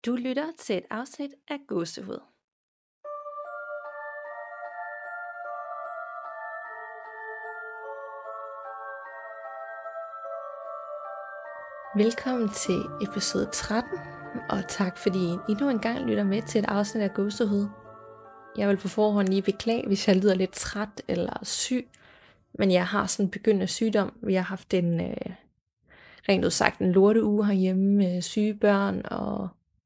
Du lytter til et afsnit af Gåsehud. Velkommen til episode 13, og tak fordi I endnu en gang lytter med til et afsnit af Gåsehud. Jeg vil på forhånd lige beklage, hvis jeg lyder lidt træt eller syg, men jeg har sådan en begyndende sygdom. Vi har haft rent udsagt en lorteuge herhjemme med syge børn og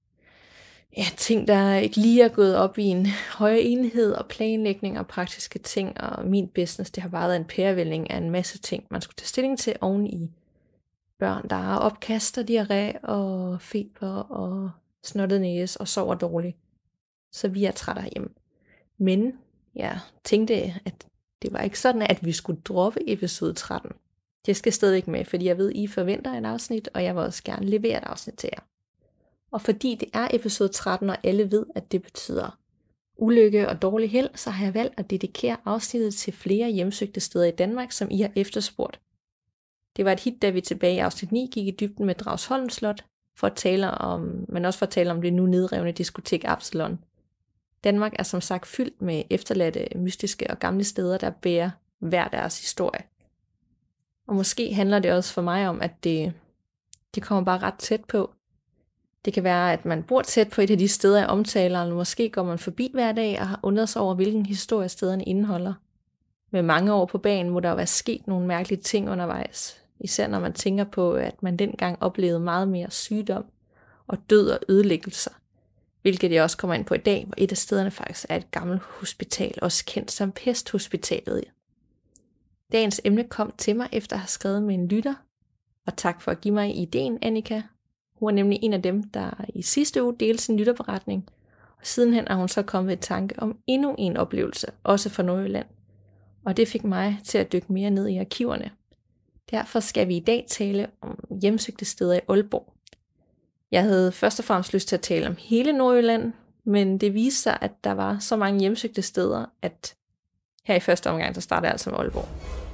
ting, der ikke lige er gået op i en højere enhed og planlægning og praktiske ting. Og min business, det har bare været en pærevælling af en masse ting, man skulle tage stilling til oven i børn, der har opkast og diarré og feber og snottet næse og sover dårligt. Så vi er trætte hjemme. Men jeg tænkte, at det var ikke sådan, at vi skulle droppe episode 13. Det skal stadigvæk med, fordi jeg ved, I forventer et afsnit, og jeg vil også gerne levere et afsnit til jer. Og fordi det er episode 13, og alle ved, at det betyder ulykke og dårlig held, så har jeg valgt at dedikere afsnittet til flere hjemsøgte steder i Danmark, som I har efterspurgt. Det var et hit, da vi tilbage i afsnit 9 gik i dybden med Dragsholm Slot, men også for at tale om det nu nedrevne diskotek Absalon. Danmark er som sagt fyldt med efterladte, mystiske og gamle steder, der bærer hver deres historie. Og måske handler det også for mig om, at det kommer bare ret tæt på. Det kan være, at man bor tæt på et af de steder, jeg omtaler, eller måske går man forbi hver dag og har undret sig over, hvilken historie stederne indeholder. Med mange år på banen må der jo være sket nogle mærkelige ting undervejs. Især når man tænker på, at man dengang oplevede meget mere sygdom og død og ødelæggelser. Hvilket jeg også kommer ind på i dag, hvor et af stederne faktisk er et gammelt hospital, også kendt som Pesthospitalet. Dagens emne kom til mig efter at have skrevet med en lytter. Og tak for at give mig ideen, Annika. Hun er nemlig en af dem, der i sidste uge delte sin lytterberetning. Og sidenhen er hun så kommet i tanke om endnu en oplevelse, også fra Nordjylland. Og det fik mig til at dykke mere ned i arkiverne. Derfor skal vi i dag tale om hjemsøgte steder i Aalborg. Jeg havde først og fremmest lyst til at tale om hele Nordjylland, men det viste sig, at der var så mange hjemsøgte steder, at her i første omgang, der starter jeg altså med Aalborg.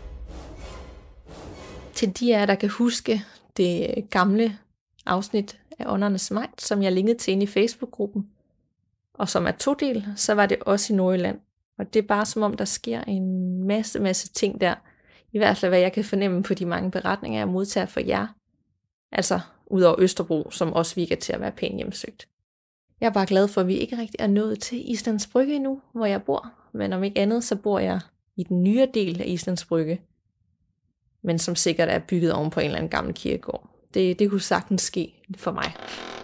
Til de af jer, der kan huske det gamle afsnit af Åndernes Magt, som jeg linkede til inde i Facebook-gruppen, og som er 2 del, så var det også i Nordjylland. Og det er bare som om, der sker en masse ting der. I hvert fald, hvad jeg kan fornemme på de mange beretninger, jeg modtager for jer. Altså, udover Østerbro, som også virker til at være pænt hjemsøgt. Jeg er bare glad for, at vi ikke rigtig er nået til Islands Brygge endnu, hvor jeg bor. Men om ikke andet, så bor jeg i den nyere del af Islands Brygge. Men som sikkert er bygget oven på en eller anden gammel kirkegård. Det kunne sagtens ske for mig.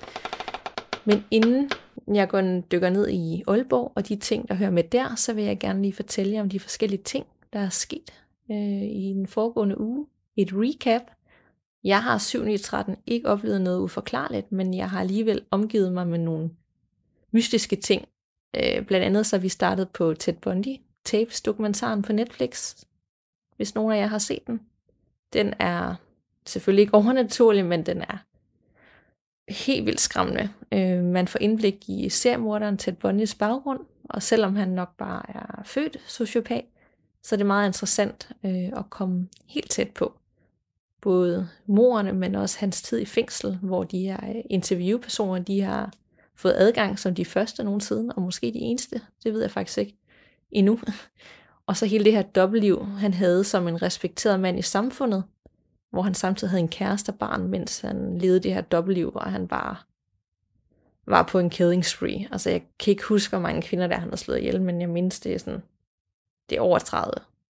Men inden jeg dykker ned i Aalborg og de ting, der hører med der, så vil jeg gerne lige fortælle jer om de forskellige ting, der er sket i den foregående uge. Et recap. Jeg har 7.13 ikke oplevet noget uforklarligt, men jeg har alligevel omgivet mig med nogle mystiske ting. Blandt andet så er vi startet på Ted Bundy Tapes dokumentaren på Netflix. Hvis nogen af jer har set den. Den er selvfølgelig ikke overnaturlig, men den er helt vildt skræmmende. Man får indblik i seriemorderen Ted Bundys baggrund, og selvom han nok bare er født sociopat, så er det meget interessant at komme helt tæt på. Både morderne, men også hans tid i fængsel, hvor de her interviewpersoner, de har fået adgang som de første nogensinde, og måske de eneste, det ved jeg faktisk ikke endnu. Og så hele det her dobbeltliv, han havde som en respekteret mand i samfundet, hvor han samtidig havde en kæreste og barn, mens han levede det her dobbeltliv, hvor han bare var på en killing spree. Altså jeg kan ikke huske, hvor mange kvinder der han havde slået ihjel, men jeg mindes, det er over 30.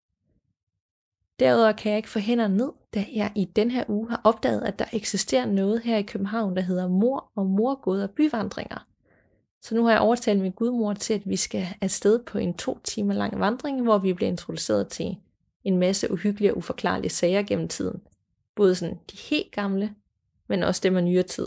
Derudover kan jeg ikke få hænderne ned, da jeg i den her uge har opdaget, at der eksisterer noget her i København, der hedder mor og morgåder byvandringer. Så nu har jeg overtalt min gudmor til, at vi skal afsted på en 2 timer lang vandring, hvor vi bliver introduceret til en masse uhyggelige og uforklarlige sager gennem tiden. Både sådan de helt gamle, men også dem af nyere tid.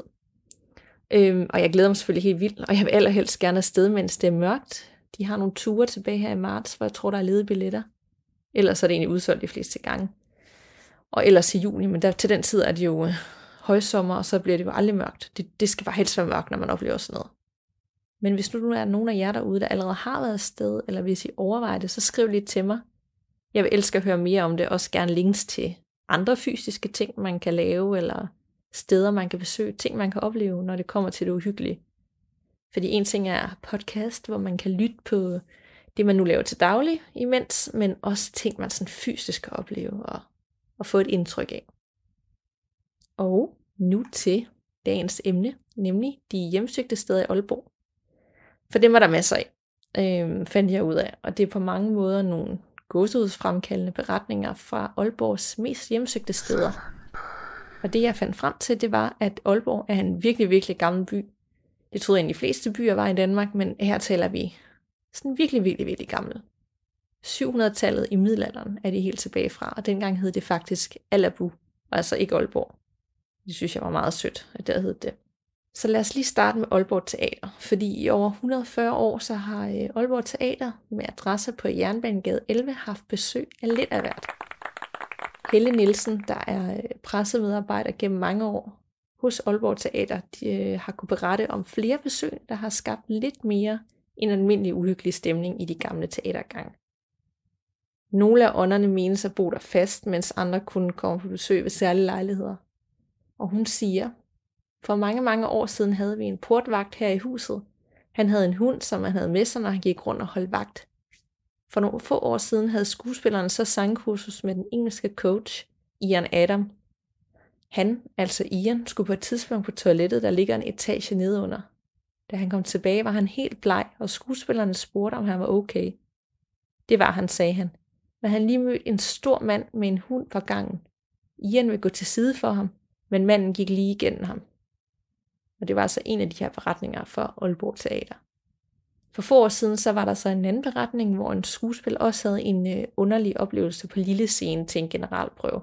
Og jeg glæder mig selvfølgelig helt vildt, og jeg vil allerhelst gerne afsted, mens det er mørkt. De har nogle ture tilbage her i marts, hvor jeg tror, der er ledige billetter. Ellers er det egentlig udsolgt de fleste gange. Og ellers i juni, men til den tid er det jo højsommer, og så bliver det jo aldrig mørkt. Det skal bare helst være mørkt, når man oplever sådan noget. Men hvis nu er nogen af jer derude, der allerede har været afsted, eller hvis I overvejer det, så skriv lige til mig. Jeg vil elske at høre mere om det, også gerne links til andre fysiske ting, man kan lave, eller steder, man kan besøge, ting, man kan opleve, når det kommer til det uhyggelige. Fordi en ting er podcast, hvor man kan lytte på det, man nu laver til daglig imens, men også ting, man sådan fysisk kan opleve og få et indtryk af. Og nu til dagens emne, nemlig de hjemsøgte steder i Aalborg. For dem var der masser af, fandt jeg ud af. Og det er på mange måder nogle gåsehudsfremkaldende beretninger fra Aalborgs mest hjemsøgte steder. Og det jeg fandt frem til, det var, at Aalborg er en virkelig, virkelig gammel by. Det troede jeg, de fleste byer var i Danmark, men her taler vi sådan virkelig, virkelig, virkelig gammel. 700-tallet i middelalderen er det helt tilbage fra, og dengang hed det faktisk Allabu, og altså ikke Aalborg. Det synes jeg var meget sødt, at det hed det. Så lad os lige starte med Aalborg Teater, fordi i over 140 år, så har Aalborg Teater med adresse på Jernbanegade 11 haft besøg af lidt af hvert. Helle Nielsen, der er pressemedarbejder gennem mange år hos Aalborg Teater, de har kunnet berette om flere besøg, der har skabt lidt mere en almindelig uhyggelig stemning i de gamle teatergange. Nogle af ånderne menes at bo der fast, mens andre kunne komme på besøg ved særlige lejligheder. Og hun siger, for mange, mange år siden havde vi en portvagt her i huset. Han havde en hund, som han havde med sig, når han gik rundt og holdt vagt. For nogle få år siden havde skuespilleren så sangkursus med den engelske coach, Ian Adam. Han, altså Ian, skulle på et tidspunkt på toilettet, der ligger en etage nedenunder. Da han kom tilbage, var han helt bleg, og skuespillerne spurgte, om han var okay. Det var han, sagde han. Men han lige mødte en stor mand med en hund på gangen. Ian ville gå til side for ham, men manden gik lige igennem ham. Og det var altså en af de her beretninger fra Aalborg Teater. For få år siden, så var der så en anden beretning, hvor en skuespiller også havde en underlig oplevelse på lille scene til en generalprøve.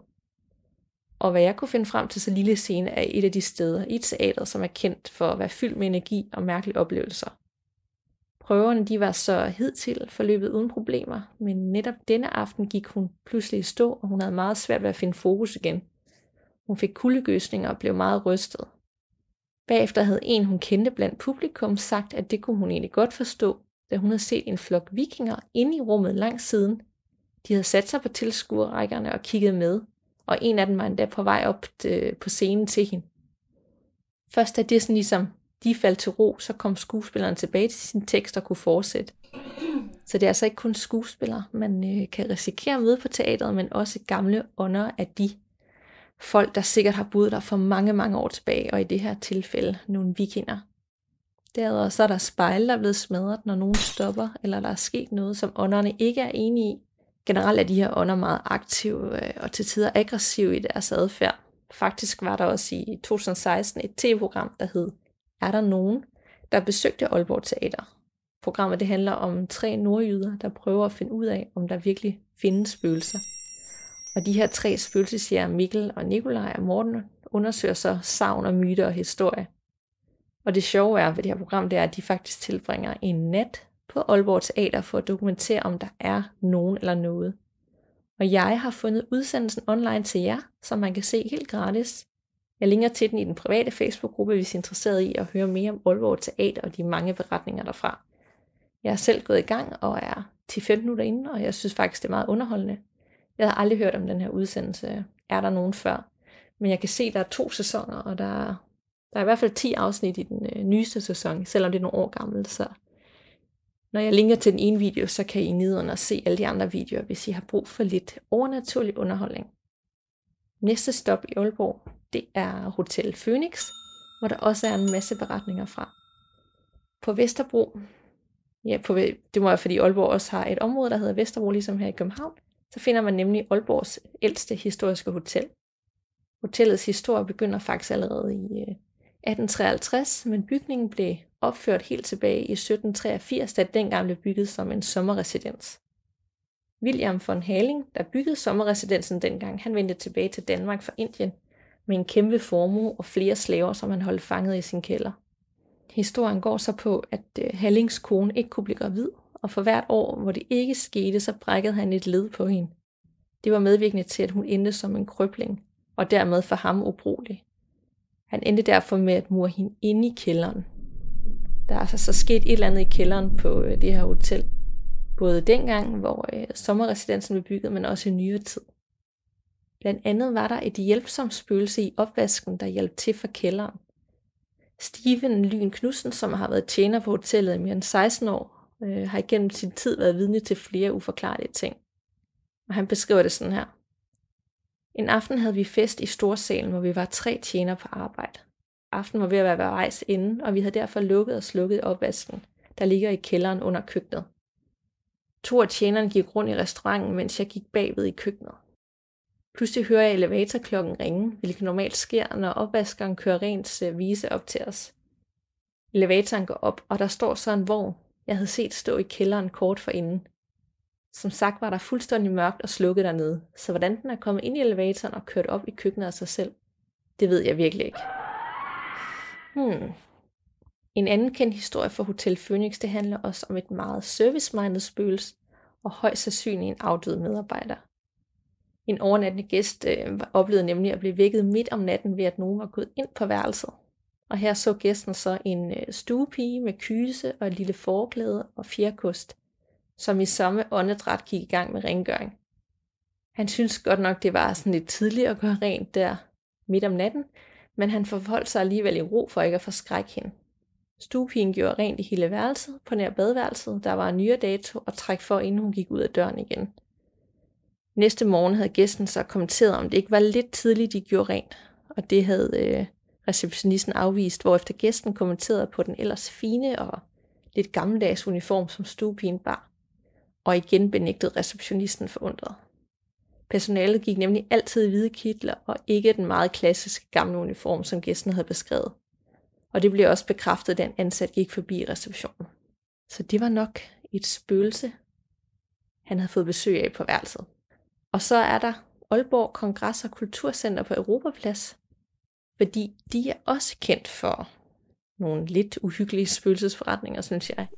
Og hvad jeg kunne finde frem til, så lille scene er et af de steder i teateret, som er kendt for at være fyldt med energi og mærkelige oplevelser. Prøverne de var så hidtil forløbet uden problemer, men netop denne aften gik hun pludselig i stå, og hun havde meget svært ved at finde fokus igen. Hun fik kuldegysninger og blev meget rystet. Bagefter havde en, hun kendte blandt publikum, sagt, at det kunne hun egentlig godt forstå, da hun havde set en flok vikinger inde i rummet langs siden. De havde sat sig på tilskuerrækkerne og kigget med, og en af dem var endda på vej op på scenen til hende. Først da det sådan ligesom de faldt til ro, så kom skuespilleren tilbage til sin tekst og kunne fortsætte. Så det er altså ikke kun skuespillere, man kan risikere at møde på teateret, men også gamle ånder af de folk, der sikkert har boet der for mange, mange år tilbage, og i det her tilfælde nogle vikinger. Derudover så er der spejle, der er blevet smadret, når nogen stopper, eller der er sket noget, som ånderne ikke er enige i. Generelt er de her ånder meget aktive og til tider aggressive i deres adfærd. Faktisk var der også i 2016 et tv-program, der hed Er der nogen, der besøgte Aalborg Teater. Programmet det handler om 3 nordjyder, der prøver at finde ud af, om der virkelig findes spøgelser. Og de her 3 spøgelsesjæger, Mikkel og Nikolaj og Morten, undersøger så sagn og myter og historie. Og det sjove er ved det her program, det er, at de faktisk tilbringer en nat på Aalborg Teater for at dokumentere, om der er nogen eller noget. Og jeg har fundet udsendelsen online til jer, som man kan se helt gratis. Jeg linker til den i den private Facebook-gruppe, hvis I er interesseret i at høre mere om Aalborg Teater og de mange beretninger derfra. Jeg er selv gået i gang og er 10-15 minutter inde, og jeg synes faktisk, det er meget underholdende. Jeg har aldrig hørt om den her udsendelse. Er der nogen før? Men jeg kan se, at der er 2 sæsoner, og der er i hvert fald 10 afsnit i den nyeste sæson, selvom det er nogle år gammelt. Så når jeg linker til den ene video, så kan I nedenunder se alle de andre videoer, hvis I har brug for lidt overnaturlig underholdning. Næste stop i Aalborg, det er Hotel Phoenix, hvor der også er en masse beretninger fra. På Vesterbro, det må være fordi Aalborg også har et område, der hedder Vesterbro, ligesom her i København, så finder man nemlig Aalborgs ældste historiske hotel. Hotellets historie begynder faktisk allerede i 1853, men bygningen blev opført helt tilbage i 1783, da dengang blev bygget som en sommerresidens. William von Haling, der byggede sommerresidensen dengang, han vendte tilbage til Danmark fra Indien med en kæmpe formue og flere slaver, som han holdt fanget i sin kælder. Historien går så på, at Halings kone ikke kunne blive gravid, og for hvert år, hvor det ikke skete, så brækkede han et led på hende. Det var medvirkende til, at hun endte som en krøbling, og dermed for ham ubrugelig. Han endte derfor med at mure hende inde i kælderen. Der er altså så sket et eller andet i kælderen på det her hotel, både dengang, hvor sommerresidensen blev bygget, men også i nyere tid. Blandt andet var der et hjælpsomt spøgelse i opvasken, der hjalp til for kælderen. Steven Lyn Knudsen, som har været tjener på hotellet i mere end 16 år, har igennem sin tid været vidne til flere uforklarlige ting. Og han beskriver det sådan her. En aften havde vi fest i storsalen, hvor vi var 3 tjenere på arbejde. Aftenen var ved at være vejs inde, og vi havde derfor lukket og slukket opvasken, der ligger i kælderen under køkkenet. 2 af tjenerne gik rundt i restauranten, mens jeg gik bagved i køkkenet. Pludselig hører jeg elevatorklokken ringe, hvilket normalt sker, når opvaskeren kører rent service op til os. Elevatoren går op, og der står så en vogn, jeg havde set stå i kælderen kort forinden. Som sagt var der fuldstændig mørkt og slukket dernede, så hvordan den er kommet ind i elevatoren og kørt op i køkkenet af sig selv, det ved jeg virkelig ikke. En anden kendt historie for Hotel Phoenix, det handler også om et meget service-minded spøgelse og højst sandsynligt en afdød medarbejder. En overnattende gæst oplevede nemlig at blive vækket midt om natten ved, at nogen var gået ind på værelset. Og her så gæsten så en stuepige med kyse og et lille forklæde og fjerkost, som i samme åndedræt gik i gang med rengøring. Han syntes godt nok, det var sådan lidt tidligt at gøre rent der midt om natten, men han forholdt sig alligevel i ro for ikke at forskrække hende. Stuepigen gjorde rent i hele værelset på nær badeværelset, der var en nyere dato og træk for, inden hun gik ud af døren igen. Næste morgen havde gæsten så kommenteret, om det ikke var lidt tidligt, de gjorde rent, og det havde receptionisten afvist, hvorefter gæsten kommenterede på den ellers fine og lidt gammeldags uniform, som stuepigen bar, og igen benægtede receptionisten forundret. Personalet gik nemlig altid i hvide kitler og ikke den meget klassiske gamle uniform, som gæsten havde beskrevet. Og det blev også bekræftet, da en ansat gik forbi receptionen. Så det var nok et spøgelse, han havde fået besøg af på værelset. Og så er der Aalborg Kongres- og Kulturcenter på Europaplads, fordi de er også kendt for nogle lidt uhyggelige spøgelsesforretninger, synes jeg.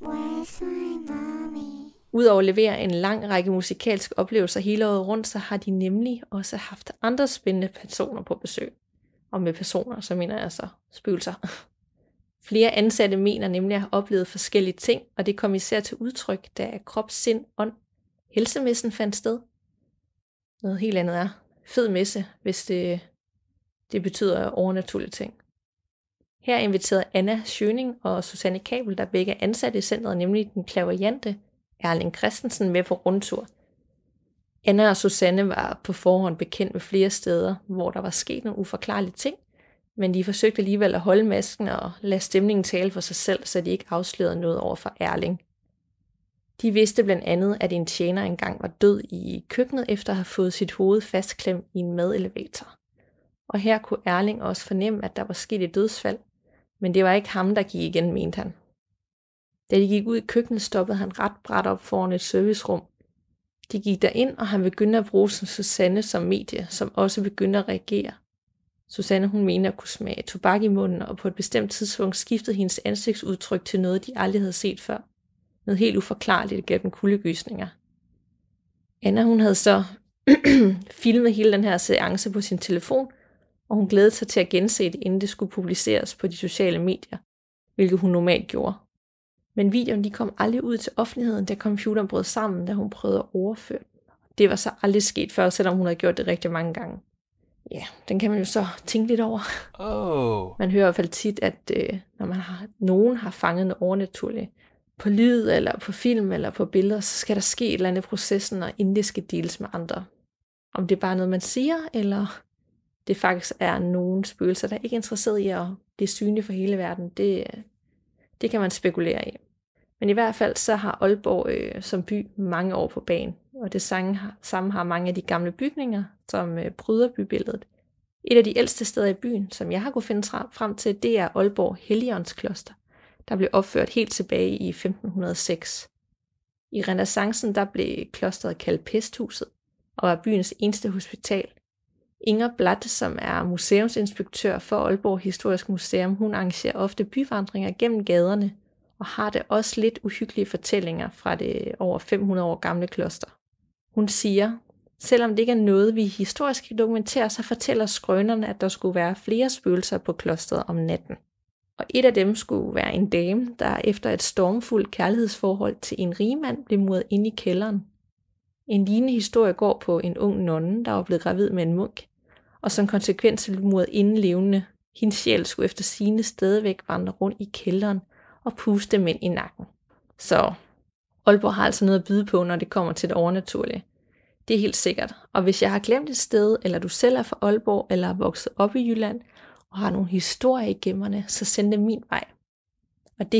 Udover at levere en lang række musikalske oplevelser hele året rundt, så har de nemlig også haft andre spændende personer på besøg. Og med personer, så mener jeg så spøgelser. Flere ansatte mener nemlig at have oplevet forskellige ting, og det kom især til udtryk, da krop, sind, ånd, helsemessen fandt sted. Noget helt andet er fed messe, hvis det betyder overnaturlige ting. Her inviterede Anna Schøning og Susanne Kabel, der begge er ansatte i centret, nemlig den clairvoyante Erling Christensen, med på rundtur. Anna og Susanne var på forhånd bekendt med flere steder, hvor der var sket nogle uforklarlige ting, men de forsøgte alligevel at holde masken og lade stemningen tale for sig selv, så de ikke afslørede noget over for Erling. De vidste blandt andet, at en tjener engang var død i køkkenet efter at have fået sit hoved fastklemt i en madelevator. Og her kunne Erling også fornemme, at der var sket et dødsfald, men det var ikke ham, der gik igen, mente han. Da de gik ud i køkkenet, stoppede han ret bræt op foran et servicerum. De gik derind, og han begyndte at bruge Susanne som medie, som også begyndte at reagere. Susanne, hun mente at kunne smage tobak i munden, og på et bestemt tidspunkt skiftede hendes ansigtsudtryk til noget, de aldrig havde set før. Noget helt uforklarligt gennem kuldegysninger. Anna, hun havde så filmet hele den her seance på sin telefon, og hun glædede sig til at gense det, inden det skulle publiceres på de sociale medier, hvilket hun normalt gjorde. Men videoen kom aldrig ud til offentligheden, da computeren brød sammen, da hun prøvede at overføre den. Det var så aldrig sket før, selvom hun havde gjort det rigtig mange gange. Ja, den kan man jo så tænke lidt over. Man hører i hvert fald tit, at når nogen har fanget noget overnaturligt på lyd, eller på film, eller på billeder, så skal der ske et eller andet i processen, og inden det skal deles med andre. Om det er bare noget, man siger, eller det faktisk er nogen spøgelser, der ikke er interesseret i at blive synlige for hele verden, det kan man spekulere i. Men i hvert fald så har Aalborg som by mange år på banen, og det samme har mange af de gamle bygninger, som pryder bybilledet. Et af de ældste steder i byen, som jeg har kunnet finde frem til, det er Aalborg Helligåndskloster, der blev opført helt tilbage i 1506. I renæssancen der blev klosteret kaldt Pesthuset, og var byens eneste hospital. Inger Blatt, som er museumsinspektør for Aalborg Historisk Museum, hun arrangerer ofte byvandringer gennem gaderne, og har det også lidt uhyggelige fortællinger fra det over 500 år gamle kloster. Hun siger, selvom det ikke er noget, vi historisk kan dokumentere, så fortæller skrønerne, at der skulle være flere spøgelser på klosteret om natten. Og et af dem skulle være en dame, der efter et stormfuldt kærlighedsforhold til en rigmand blev muret inde i kælderen. En lignende historie går på en ung nonne, der var blevet gravid med en munk, og som konsekvens blev muret inde levende Hendes sjæl skulle efter sigende stadigvæk vandre rundt i kælderen og puste mænd i nakken. Så Aalborg har altså noget at byde på, når det kommer til det overnaturlige. Det er helt sikkert. Og hvis jeg har glemt et sted, eller du selv er fra Aalborg, eller er vokset op i Jylland, og har nogle historier i gemmerne, så send dem min vej. Og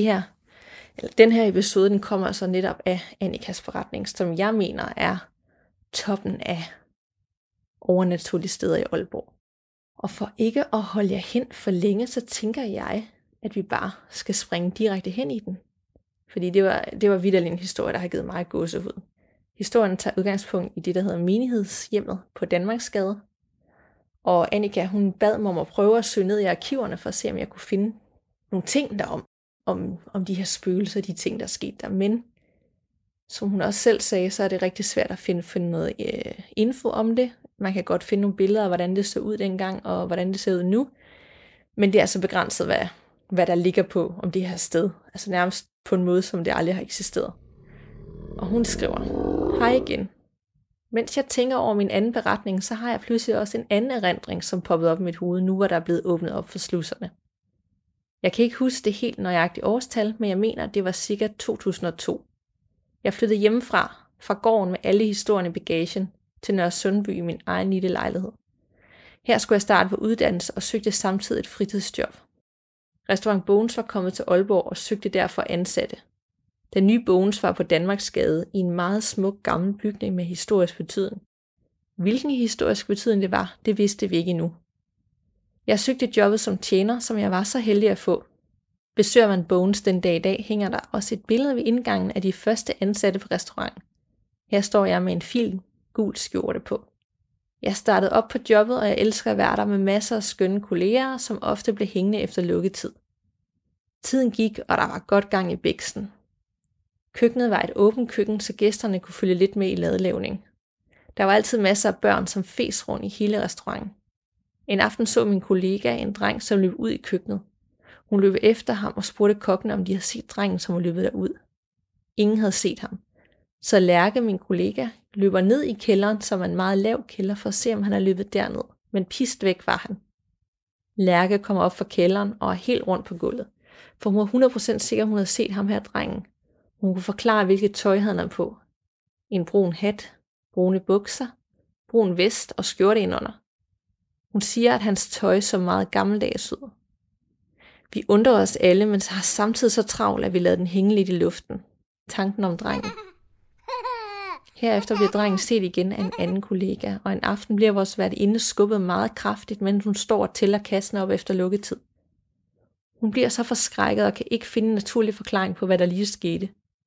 den her episode, den kommer altså netop af Annikas forretning, som jeg mener er toppen af overnaturlige steder i Aalborg. Og for ikke at holde jer hen for længe, så tænker jeg, at vi bare skal springe direkte hen i den. Fordi det var vitterlig en historie, der har givet mig gåsehud. Historien tager udgangspunkt i det, der hedder menighedshjemmet på Danmarksgade. Og Annika, hun bad mig om at prøve at søge ned i arkiverne, for at se, om jeg kunne finde nogle ting derom, om de her spøgelser, de ting, der er sket der. Men som hun også selv sagde, så er det rigtig svært at finde noget info om det. Man kan godt finde nogle billeder af, hvordan det så ud dengang, og hvordan det ser ud nu. Men det er altså begrænset, hvad der ligger på om det her sted. Altså nærmest på en måde, som det aldrig har eksisteret. Og hun skriver: Hej igen. Mens jeg tænker over min anden beretning, så har jeg pludselig også en anden erindring, som poppede op i mit hoved, nu hvor der er blevet åbnet op for sluserne. Jeg kan ikke huske det helt nøjagtige årstal, men jeg mener, at det var cirka 2002. Jeg flyttede hjemmefra, fra gården med alle historierne i bagagen, til Nørre Sundby i min egen lille lejlighed. Her skulle jeg starte på uddannelse og søgte samtidig et fritidsjob. Restaurant Bones var kommet til Aalborg og søgte derfor ansatte. Den nye Bones var på Danmarksgade i en meget smuk gammel bygning med historisk betydning. Hvilken historisk betydning det var, det vidste vi ikke endnu. Jeg søgte jobbet som tjener, som jeg var så heldig at få. Besøger man Bones den dag i dag, hænger der også et billede ved indgangen af de første ansatte på restauranten. Her står jeg med en fin gul skjorte på. Jeg startede op på jobbet, og jeg elsker at være der med masser af skønne kolleger, som ofte blev hængende efter lukketid. Tiden gik, og der var godt gang i bæksten. Køkkenet var et åbent køkken, så gæsterne kunne følge lidt med i ladelavning. Der var altid masser af børn, som fes rundt i hele restauranten. En aften så min kollega en dreng, som løb ud i køkkenet. Hun løb efter ham og spurgte kokkene, om de havde set drengen, som var løbet derud. Ingen havde set ham. Så Lærke, min kollega, løber ned i kælderen, som er en meget lav kælder, for at se, om han er løbet derned. Men pist væk var han. Lærke kommer op fra kælderen og er helt rundt på gulvet. For hun var 100% sikker, hun havde set ham her drengen. Hun kunne forklare, hvilket tøj han havde på. En brun hat, brune bukser, brun vest og skjorte indunder. Hun siger, at hans tøj så meget gammeldags ud. Vi undrer os alle, men har samtidig så travlt, at vi lader den hænge lidt i luften. Tanken om drengen. Herefter bliver drengen set igen af en anden kollega, og en aften bliver vores værtinde skubbet meget kraftigt, mens hun står og tæller kassen op efter lukketid. Hun bliver så forskrækket og kan ikke finde en naturlig forklaring på, hvad der lige skete.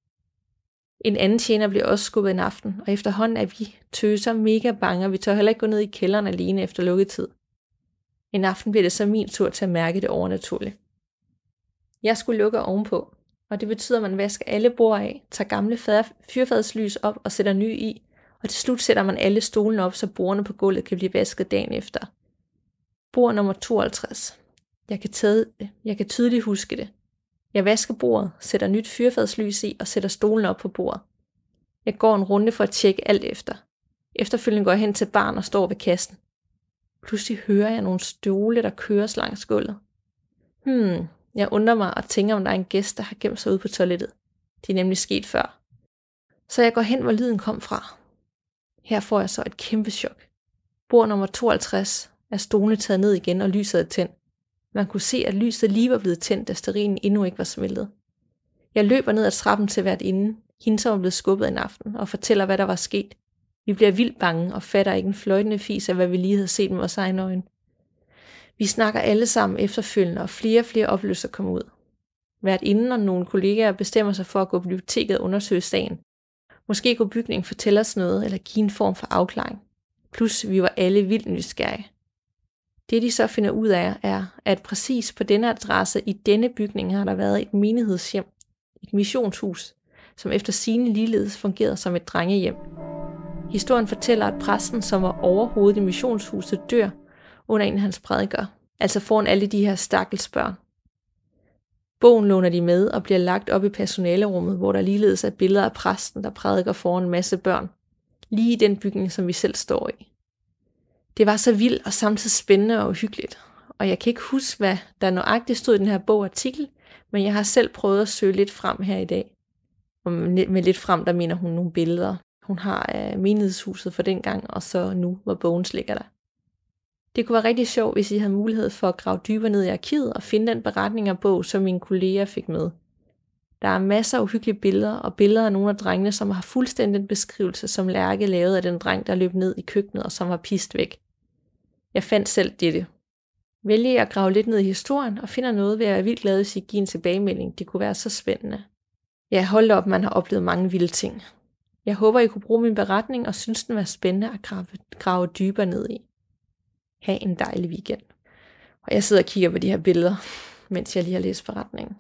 En anden tjener bliver også skubbet en aften, og efterhånden er vi tøser mega bange, og vi tør heller ikke gå ned i kælderen alene efter lukketid. En aften bliver det så min tur til at mærke det overnaturligt. Jeg skulle lukke ovenpå, og det betyder, at man vasker alle bord af, tager gamle fyrfadslys op og sætter nye i, og til slut sætter man alle stolene op, så bordene på gulvet kan blive vasket dagen efter. Bord nummer 52. Jeg kan tydeligt huske det. Jeg vasker bordet, sætter nyt fyrfadslys i og sætter stolen op på bordet. Jeg går en runde for at tjekke alt efter. Efterfølgende går jeg hen til baren og står ved kassen. Pludselig hører jeg nogle stole, der køres langs gulvet. Jeg undrer mig og tænker, om der er en gæst, der har gemt sig ude på toilettet. Det er nemlig sket før. Så jeg går hen, hvor lyden kom fra. Her får jeg så et kæmpe chok. Bord nummer 52 er stolene taget ned igen, og lyset er tændt. Man kunne se, at lyset lige var blevet tændt, da stearinen endnu ikke var smeltet. Jeg løber ned ad trappen til værtinden, hende som var blevet skubbet en aften, og fortæller, hvad der var sket. Vi bliver vildt bange og fatter ikke en fløjtende fis af, hvad vi lige havde set med vores egne øjne. Vi snakker alle sammen efterfølgende, og flere oplevelser kommer ud. Værtinden og nogle kollegaer bestemmer sig for at gå på biblioteket og undersøge sagen. Måske kunne bygningen fortælle os noget, eller give en form for afklaring. Plus vi var alle vildt nysgerrige. Det de så finder ud af er, at præcis på denne adresse i denne bygning har der været et menighedshjem, et missionshus, som efter sigende ligeledes fungerede som et drengehjem. Historien fortæller, at præsten, som var overhovedet i missionshuset, dør under en af hans prædiker, altså foran alle de her stakkels børn. Bogen låner de med og bliver lagt op i personalerummet, hvor der ligeledes er billeder af præsten, der prædiker foran en masse børn, lige i den bygning, som vi selv står i. Det var så vildt og samtidig spændende og uhyggeligt. Og jeg kan ikke huske, hvad der nøjagtigt stod i den her bogartikel, men jeg har selv prøvet at søge lidt frem her i dag. Og med lidt frem, der mener hun nogle billeder. Hun har menighedshuset for dengang, og så nu, hvor bogen ligger der. Det kunne være rigtig sjovt, hvis I havde mulighed for at grave dybere ned i arkivet og finde den beretning af bog, som mine kolleger fik med. Der er masser af uhyggelige billeder, og billeder af nogle af drengene, som har fuldstændig den beskrivelse, som Lærke lavede af den dreng, der løb ned i køkkenet og som var pist væk. Jeg fandt selv dette. Vælger jeg at grave lidt ned i historien og finder noget, vil jeg være vildt glad, hvis I giver en tilbagemelding. Det kunne være så spændende. Ja, hold op, man har oplevet mange vilde ting. Jeg håber, I kunne bruge min beretning og synes, den var spændende at grave dybere ned i. Ha' en dejlig weekend. Og jeg sidder og kigger på de her billeder, mens jeg lige har læst beretningen.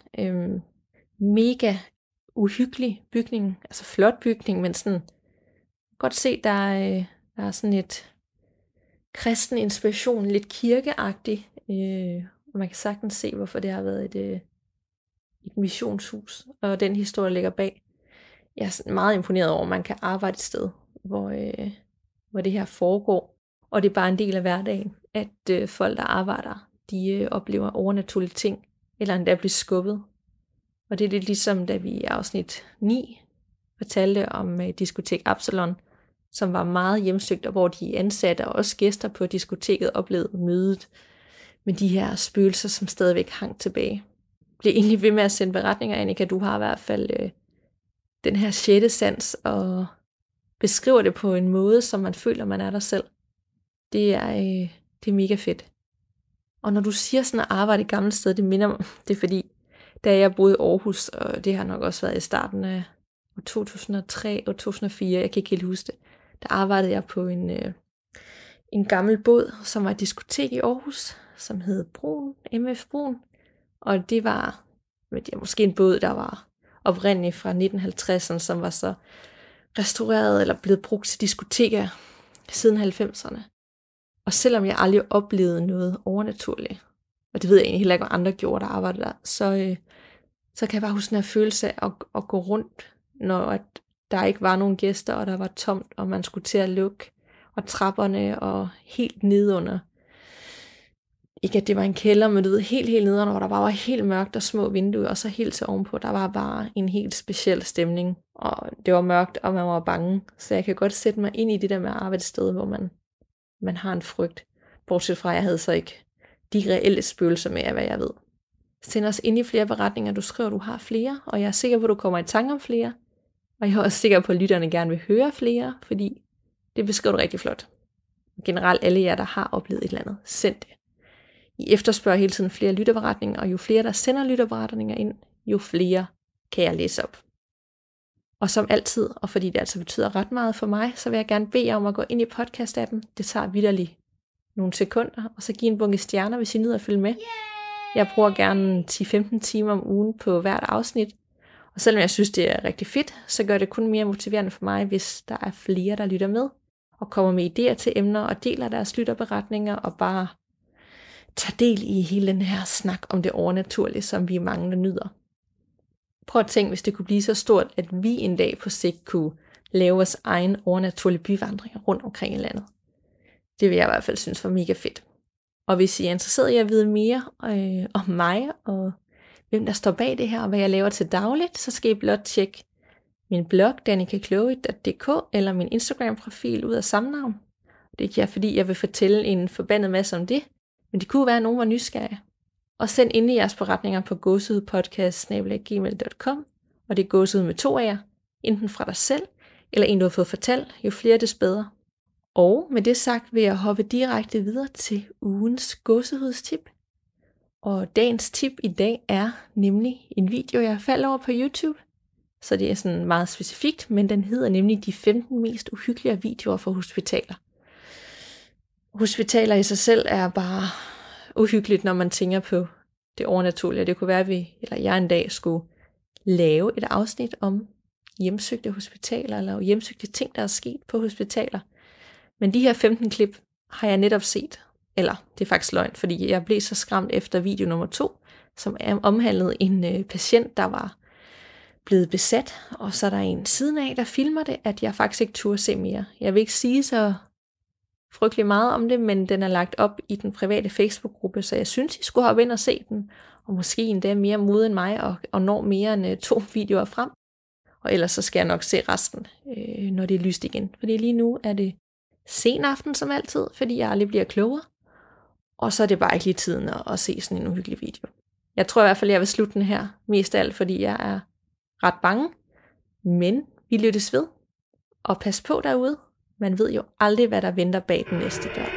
Mega uhyggelig bygning, altså flot bygning, men sådan godt se, der er sådan et kristen inspiration, lidt kirkeagtig, og man kan sagtens se, hvorfor det har været et missionshus, og den historie ligger bag. Jeg er meget imponeret over, at man kan arbejde et sted, hvor det her foregår, og det er bare en del af hverdagen, at folk, der arbejder, de oplever overnaturlige ting, eller endda bliver skubbet. Og det er lidt ligesom, da vi i afsnit 9 fortalte om diskotek Absalon, som var meget hjemsøgt, og hvor de ansatte og også gæster på diskoteket oplevede mødet med de her spøgelser, som stadigvæk hang tilbage. Bliv egentlig ved med at sende beretninger, Annika. Du har i hvert fald den her sjette sans, og beskriver det på en måde, som man føler, man er der selv. Det er mega fedt. Og når du siger sådan at arbejde i gamle sted, det minder mig, det er fordi, da jeg boede i Aarhus, og det har nok også været i starten af 2003 og 2004, jeg kan ikke helt huske det, der arbejdede jeg på en gammel båd, som var et diskotek i Aarhus, som hed Brun, MF Brun. Og det var måske en båd, der var oprindelig fra 1950'erne, som var så restaureret eller blevet brugt til diskoteker siden 90'erne. Og selvom jeg aldrig oplevede noget overnaturligt, og det ved jeg egentlig heller ikke, hvad andre gjorde, der arbejdede der, så kan jeg bare huske den her følelse af at gå rundt, når der ikke var nogen gæster, og der var tomt, og man skulle til at lukke, og trapperne, og helt nedunder. Ikke at det var en kælder, men du ved, helt nedunder, hvor der bare var helt mørkt og små vinduer, og så helt til ovenpå, der var bare en helt speciel stemning, og det var mørkt, og man var bange, så jeg kan godt sætte mig ind i det der med at arbejde et sted, hvor man har en frygt, bortset fra, at jeg havde så ikke de reelle spøgelser med, hvad jeg ved. Send os ind i flere beretninger, du skriver, du har flere, og jeg er sikker på, at du kommer i tanke om flere, og jeg er også sikker på, at lytterne gerne vil høre flere, fordi det beskriver du rigtig flot. Generelt alle jer, der har oplevet et eller andet, send det. I efterspørger hele tiden flere lytterberetninger, og jo flere, der sender lytterberetninger ind, jo flere kan jeg læse op. Og som altid, og fordi det altså betyder ret meget for mig, så vil jeg gerne bede jer om at gå ind i podcast-appen. Det tager vitterligt nogle sekunder, og så give en bunke stjerner, hvis I nyder at følge med. Jeg bruger gerne 10-15 timer om ugen på hvert afsnit, og selvom jeg synes, det er rigtig fedt, så gør det kun mere motiverende for mig, hvis der er flere, der lytter med, og kommer med idéer til emner, og deler deres lytterberetninger, og bare tager del i hele den her snak om det overnaturlige, som vi mange der nyder. Prøv at tænke, hvis det kunne blive så stort, at vi en dag på sigt kunne lave vores egen overnaturlige byvandringer rundt omkring i landet. Det vil jeg i hvert fald synes var mega fedt. Og hvis I er interesseret i at vide mere om mig, og hvem der står bag det her, og hvad jeg laver til dagligt, så skal I blot tjekke min blog, danikakloe.dk, eller min Instagram-profil ud af samme navn. Det er ikke fordi, jeg vil fortælle en forbandet masse om det, men det kunne være, at nogen var nysgerrige. Og send ind i jeres beretninger på gåsehudpodcast@gmail.com, og det er gåsehud med 2 A'er, enten fra dig selv, eller en, du har fået fortalt. Jo flere, des bedre. Og med det sagt vil jeg hoppe direkte videre til ugens gåsehudstip. Og dagens tip i dag er nemlig en video, jeg faldt over på YouTube. Så det er sådan meget specifikt, men den hedder nemlig de 15 mest uhyggelige videoer fra hospitaler. Hospitaler i sig selv er bare uhyggeligt, når man tænker på det overnaturlige. Det kunne være, at jeg en dag skulle lave et afsnit om hjemsøgte hospitaler, eller hjemsøgte ting, der er sket på hospitaler. Men de her 15 klip har jeg netop set. Eller, det er faktisk løgn, fordi jeg blev så skræmt efter video nummer 2, som omhandlede en patient, der var blevet besat. Og så er der en siden af, der filmer det, at jeg faktisk ikke turde se mere. Jeg vil ikke sige så frygtelig meget om det, men den er lagt op i den private Facebook-gruppe, så jeg synes, I skulle hoppe ind og se den, og måske endda mere moden end mig, og når mere end 2 videoer frem. Og ellers så skal jeg nok se resten, når det er lyst igen. Fordi lige nu er det sen aften som altid, fordi jeg aldrig bliver klogere. Og så er det bare ikke lige tiden at se sådan en uhyggelig video. Jeg tror i hvert fald, jeg vil slutte den her, mest af alt, fordi jeg er ret bange. Men vi lyttes ved, og pas på derude. Man ved jo aldrig, hvad der venter bag den næste dør.